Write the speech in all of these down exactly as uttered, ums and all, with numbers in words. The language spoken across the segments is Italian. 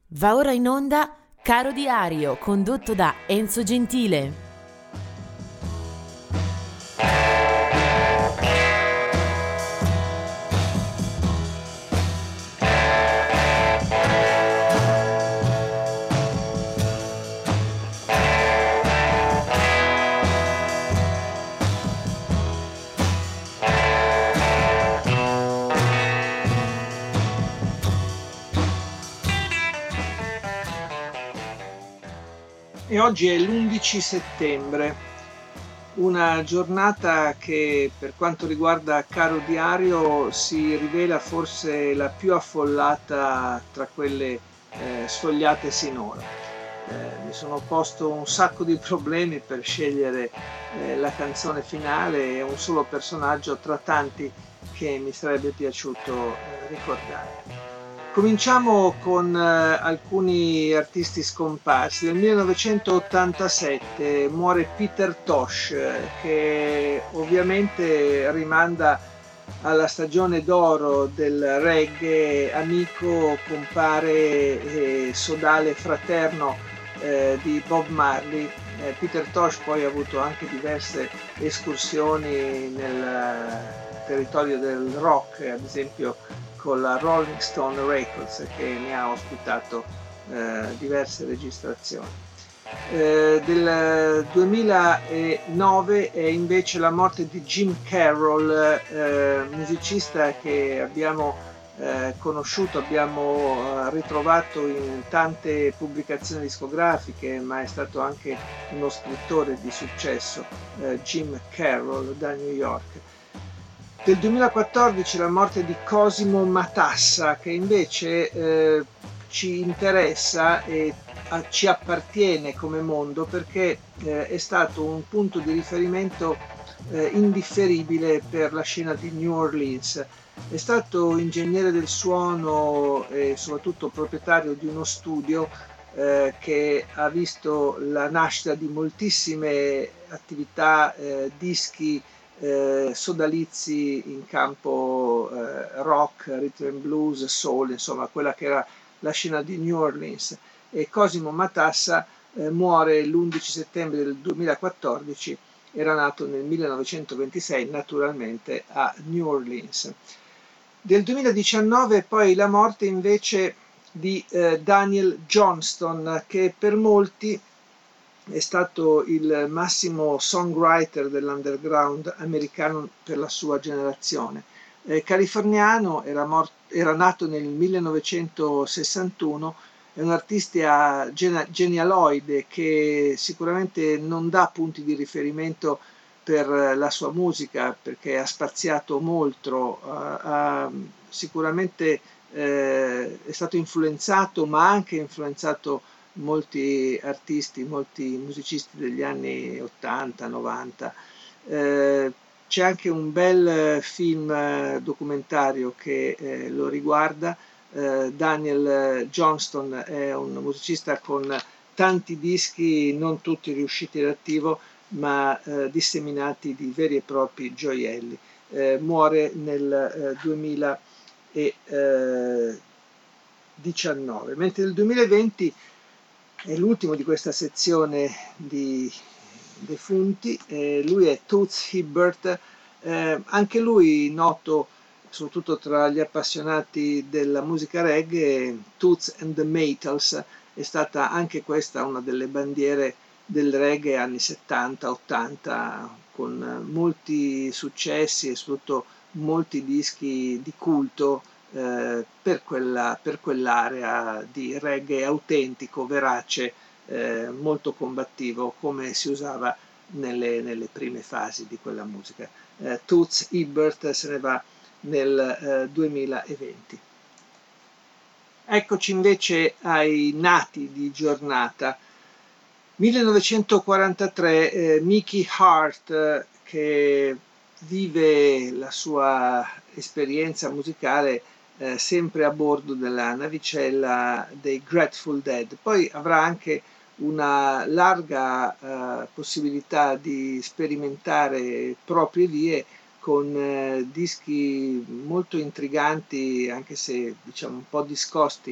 Va ora in onda Caro Diario, condotto da Enzo Gentile. E oggi è l'undici settembre, una giornata che per quanto riguarda Caro Diario si rivela forse la più affollata tra quelle eh, sfogliate sinora. Eh, mi sono posto un sacco di problemi per scegliere eh, la canzone finale e un solo personaggio tra tanti che mi sarebbe piaciuto eh, ricordare. Cominciamo con eh, alcuni artisti scomparsi. Nel millenovecentottantasette muore Peter Tosh, eh, che ovviamente rimanda alla stagione d'oro del reggae, amico, compare e sodale fraterno eh, di Bob Marley. Eh, Peter Tosh poi ha avuto anche diverse escursioni nel eh, territorio del rock, ad esempio con la Rolling Stone Records, che ne ha ospitato eh, diverse registrazioni. Eh, del duemilanove è invece la morte di Jim Carroll, eh, musicista che abbiamo eh, conosciuto, abbiamo eh, ritrovato in tante pubblicazioni discografiche, ma è stato anche uno scrittore di successo, eh, Jim Carroll da New York. Del duemilaquattordici la morte di Cosimo Matassa, che invece eh, ci interessa e a, ci appartiene come mondo perché eh, è stato un punto di riferimento eh, indifferibile per la scena di New Orleans. È stato ingegnere del suono e soprattutto proprietario di uno studio eh, che ha visto la nascita di moltissime attività, eh, dischi, Eh, sodalizi in campo eh, rock, rhythm and blues, soul, insomma quella che era la scena di New Orleans. E Cosimo Matassa eh, muore l'undici settembre del duemilaquattordici, era nato nel millenovecentoventisei naturalmente a New Orleans. Del duemiladiciannove poi la morte invece di eh, Daniel Johnston, che per molti è stato il massimo songwriter dell'underground americano per la sua generazione. Eh, californiano, era, mort- era nato nel millenovecentosessantuno, è un artista gene- genialoide che sicuramente non dà punti di riferimento per la sua musica perché ha spaziato molto, ha, ha sicuramente eh, è stato influenzato, ma ha anche influenzato molti artisti, molti musicisti degli anni ottanta novanta. Eh, c'è anche un bel film eh, documentario che eh, lo riguarda. Eh, Daniel Johnston è un musicista con tanti dischi, non tutti riusciti all'attivo, ma eh, disseminati di veri e propri gioielli. Eh, muore nel eh, duemiladiciannove, mentre nel duemilaventi è l'ultimo di questa sezione di defunti, eh, lui è Toots Hibbert, eh, anche lui noto soprattutto tra gli appassionati della musica reggae. Toots and the Maytals è stata anche questa una delle bandiere del reggae anni settanta ottanta, con molti successi e soprattutto molti dischi di culto eh, per, quella, per quell'area di reggae autentico, verace, eh, molto combattivo, come si usava nelle, nelle prime fasi di quella musica. Eh, Toots Hibbert se ne va nel eh, duemilaventi. Eccoci invece ai nati di giornata. millenovecentoquarantatré, eh, Mickey Hart, eh, che vive la sua esperienza musicale eh, sempre a bordo della navicella dei Grateful Dead. Poi avrà anche una larga eh, possibilità di sperimentare proprie vie con eh, dischi molto intriganti, anche se diciamo un po' discosti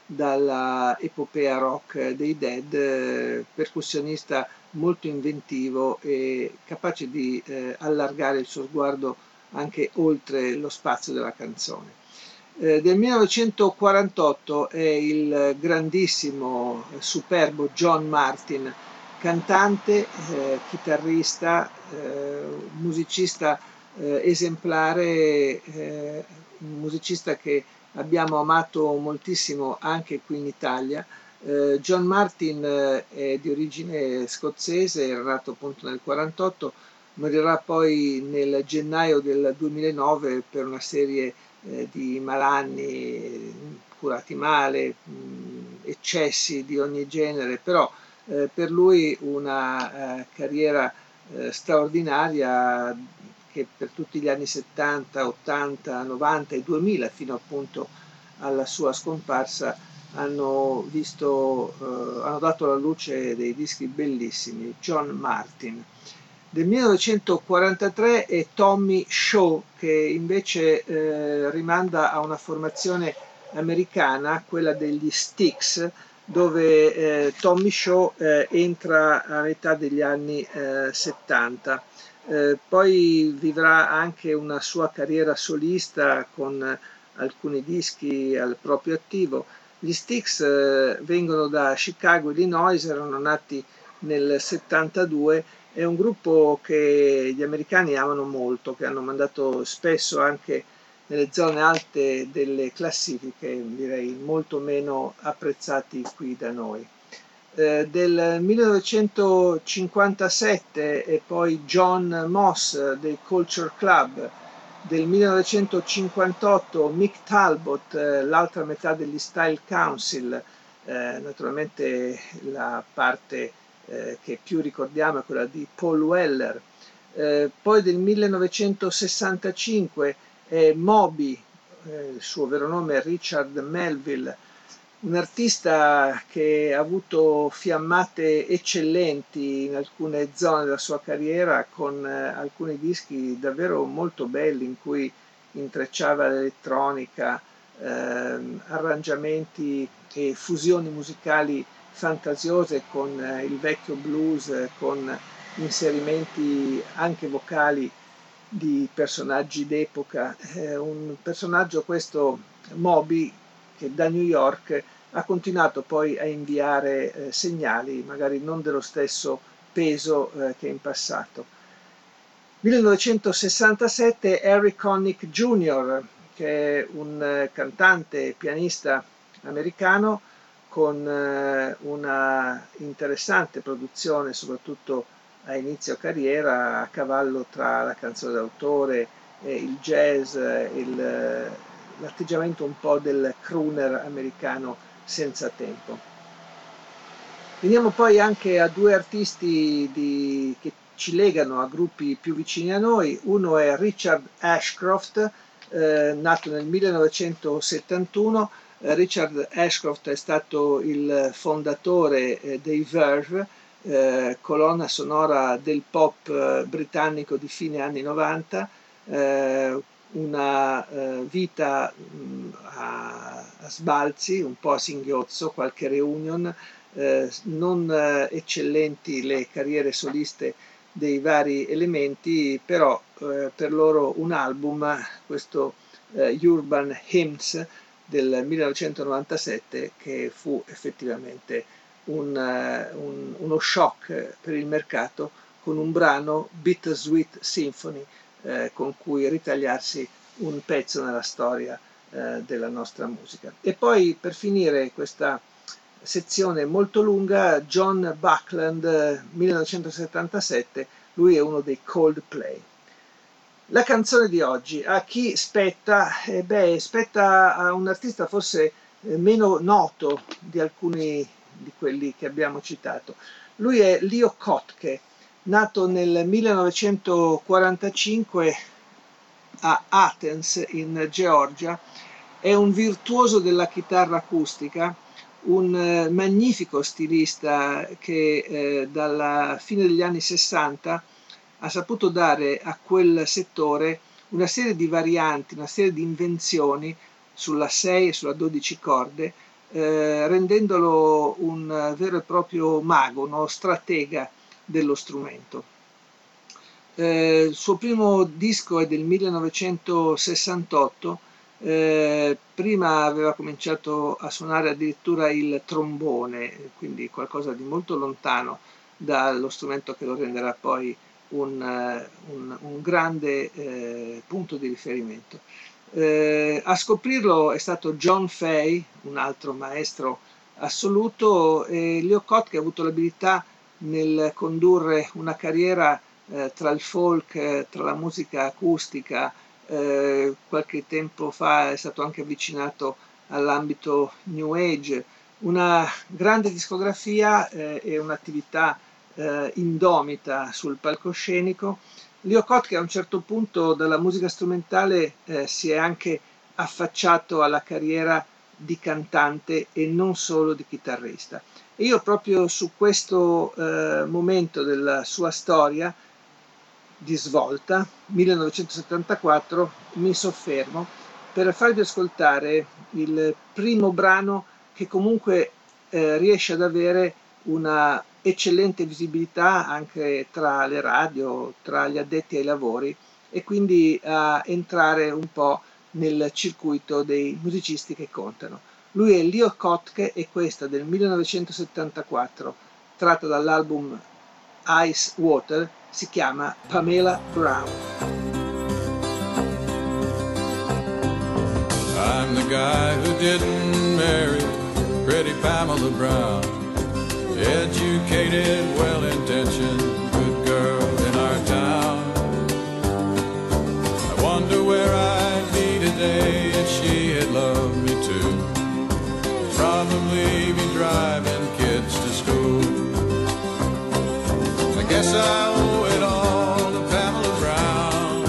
dalla epopea rock dei Dead, eh, percussionista molto inventivo e capace di eh, allargare il suo sguardo anche oltre lo spazio della canzone. Eh, del millenovecentoquarantotto è il grandissimo, eh, superbo John Martyn, cantante, eh, chitarrista, eh, musicista eh, esemplare, eh, un musicista che abbiamo amato moltissimo anche qui in Italia. Eh, John Martyn eh, è di origine scozzese, era nato appunto nel quarantotto, morirà poi nel gennaio del duemilanove per una serie eh, di malanni, curati male, mh, eccessi di ogni genere, però eh, per lui una eh, carriera eh, straordinaria che per tutti gli anni settanta, ottanta, novanta e duemila fino appunto alla sua scomparsa hanno visto, eh, hanno dato alla luce dei dischi bellissimi. John Martyn. Del millenovecentoquarantatré è Tommy Shaw, che invece eh, rimanda a una formazione americana, quella degli Styx, dove eh, Tommy Shaw eh, entra a metà degli anni eh, settanta. Eh, poi vivrà anche una sua carriera solista con alcuni dischi al proprio attivo. Gli Styx eh, vengono da Chicago, Illinois, erano nati nel settantadue, è un gruppo che gli americani amano molto, che hanno mandato spesso anche nelle zone alte delle classifiche, direi molto meno apprezzati qui da noi. Eh, del millenovecentocinquantasette e poi John Moss dei Culture Club, del millenovecentocinquantotto Mick Talbot, eh, l'altra metà degli Style Council, eh, naturalmente la parte eh, che più ricordiamo è quella di Paul Weller. Eh, poi del millenovecentosessantacinque è Moby, eh, il suo vero nome è Richard Melville, un artista che ha avuto fiammate eccellenti in alcune zone della sua carriera, con eh, alcuni dischi davvero molto belli in cui intrecciava l'elettronica, ehm, arrangiamenti e fusioni musicali fantasiose con eh, il vecchio blues, eh, con inserimenti anche vocali di personaggi d'epoca. Eh, un personaggio questo, Moby, che da New York ha continuato poi a inviare eh, segnali, magari non dello stesso peso eh, che in passato. millenovecentosessantasette Harry Connick Junior, che è un eh, cantante e pianista americano con eh, una interessante produzione, soprattutto a inizio carriera, a cavallo tra la canzone d'autore, eh, il jazz, eh, il, eh, l'atteggiamento un po' del crooner americano senza tempo. Veniamo poi anche a due artisti di, che ci legano a gruppi più vicini a noi. Uno è Richard Ashcroft, eh, nato nel millenovecentosettantuno. Eh, Richard Ashcroft è stato il fondatore eh, dei Verve, eh, colonna sonora del pop eh, britannico di fine anni novanta, eh, una eh, vita mh, a, a sbalzi, un po' a singhiozzo, qualche reunion, eh, non eh, eccellenti le carriere soliste dei vari elementi, però eh, per loro un album, questo eh, Urban Hymns del millenovecentonovantasette, che fu effettivamente un, uh, un, uno shock per il mercato, con un brano Bittersweet Symphony eh, con cui ritagliarsi un pezzo nella storia eh, della nostra musica. E poi per finire questa sezione molto lunga, John Buckland, millenovecentosettantasette, lui è uno dei Coldplay. La canzone di oggi, a chi spetta? Eh beh, spetta a un artista forse meno noto di alcuni di quelli che abbiamo citato. Lui è Leo Kottke, nato nel millenovecentoquarantacinque a Athens in Georgia. È un virtuoso della chitarra acustica, un eh, magnifico stilista che eh, dalla fine degli anni sessanta ha saputo dare a quel settore una serie di varianti, una serie di invenzioni sulla sei e sulla dodici corde, eh, rendendolo un vero e proprio mago, uno stratega dello strumento. Eh, il suo primo disco è del millenovecentosessantotto, eh, prima aveva cominciato a suonare addirittura il trombone, quindi qualcosa di molto lontano dallo strumento che lo renderà poi un, un, un grande eh, punto di riferimento. Eh, a scoprirlo è stato John Fay, un altro maestro assoluto, e Leo Kottke ha avuto l'abilità nel condurre una carriera eh, tra il folk, eh, tra la musica acustica, eh, qualche tempo fa è stato anche avvicinato all'ambito New Age, una grande discografia eh, e un'attività eh, indomita sul palcoscenico. Leo Kottke a un certo punto dalla musica strumentale eh, si è anche affacciato alla carriera di cantante e non solo di chitarrista. E io proprio su questo eh, momento della sua storia di svolta, millenovecentosettantaquattro, mi soffermo per farvi ascoltare il primo brano che comunque eh, riesce ad avere una eccellente visibilità anche tra le radio, tra gli addetti ai lavori e quindi a entrare un po' nel circuito dei musicisti che contano. Lui è Leo Kottke e questa del millenovecentosettantaquattro, tratta dall'album Ice Water, si chiama Pamela Brown. I'm the guy who didn't marry pretty Pamela Brown, educated, well-intentioned, good girl in our town. I wonder where I'd be today if she had loved me too. Probably be driving kids to school. I guess I owe it all to Pamela Brown.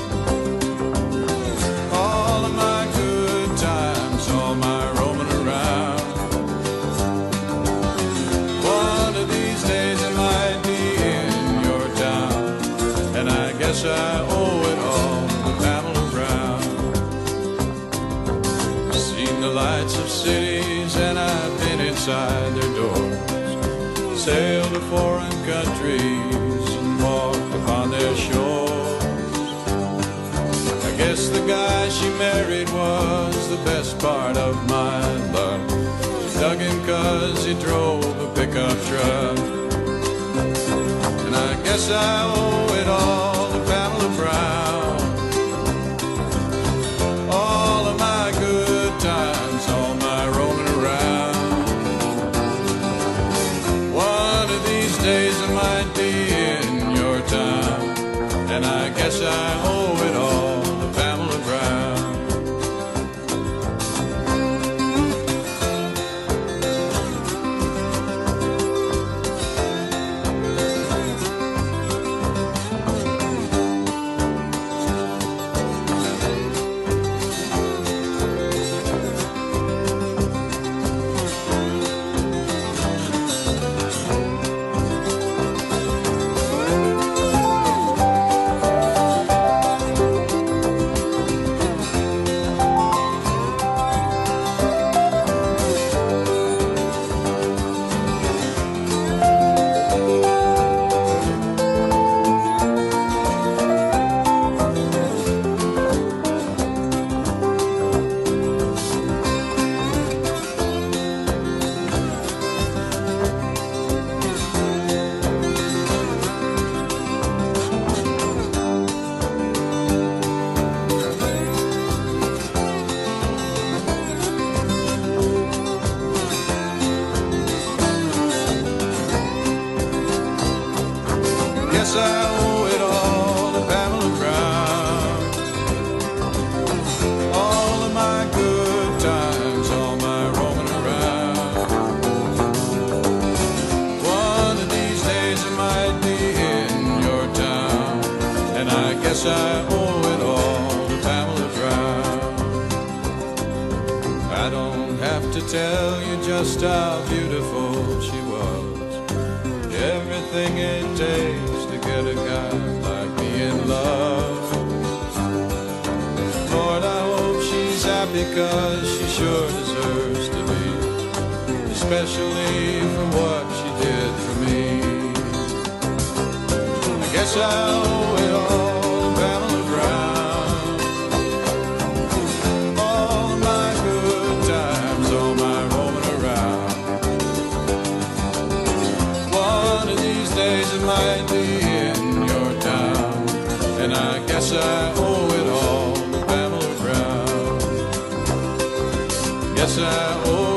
All of my good times, all my roaming around. One of these days I might be in your town, and I guess I owe it all to Pamela Brown. I've seen the lights of cities and I've been inside their doors, sailed to foreign countries and walked upon their shores. I guess the guy she married was the best part of my luck. She dug him 'cause he drove a pickup truck. And I guess I owe it all to Pamela Brown. All of my good times, all my roaming around. Days I might be in your town, and I guess I owe it all to Pamela Brown. Tell you just how beautiful she was. Everything it takes to get a guy like me in love. Lord, I hope she's happy, 'cause she sure deserves to be. especially for what she did for me. I guess I owe it all to Pamela Brown. All my good times, all my roaming around. One of these days it might be in your town, and I guess I owe it all to Pamela Brown. Yes, I owe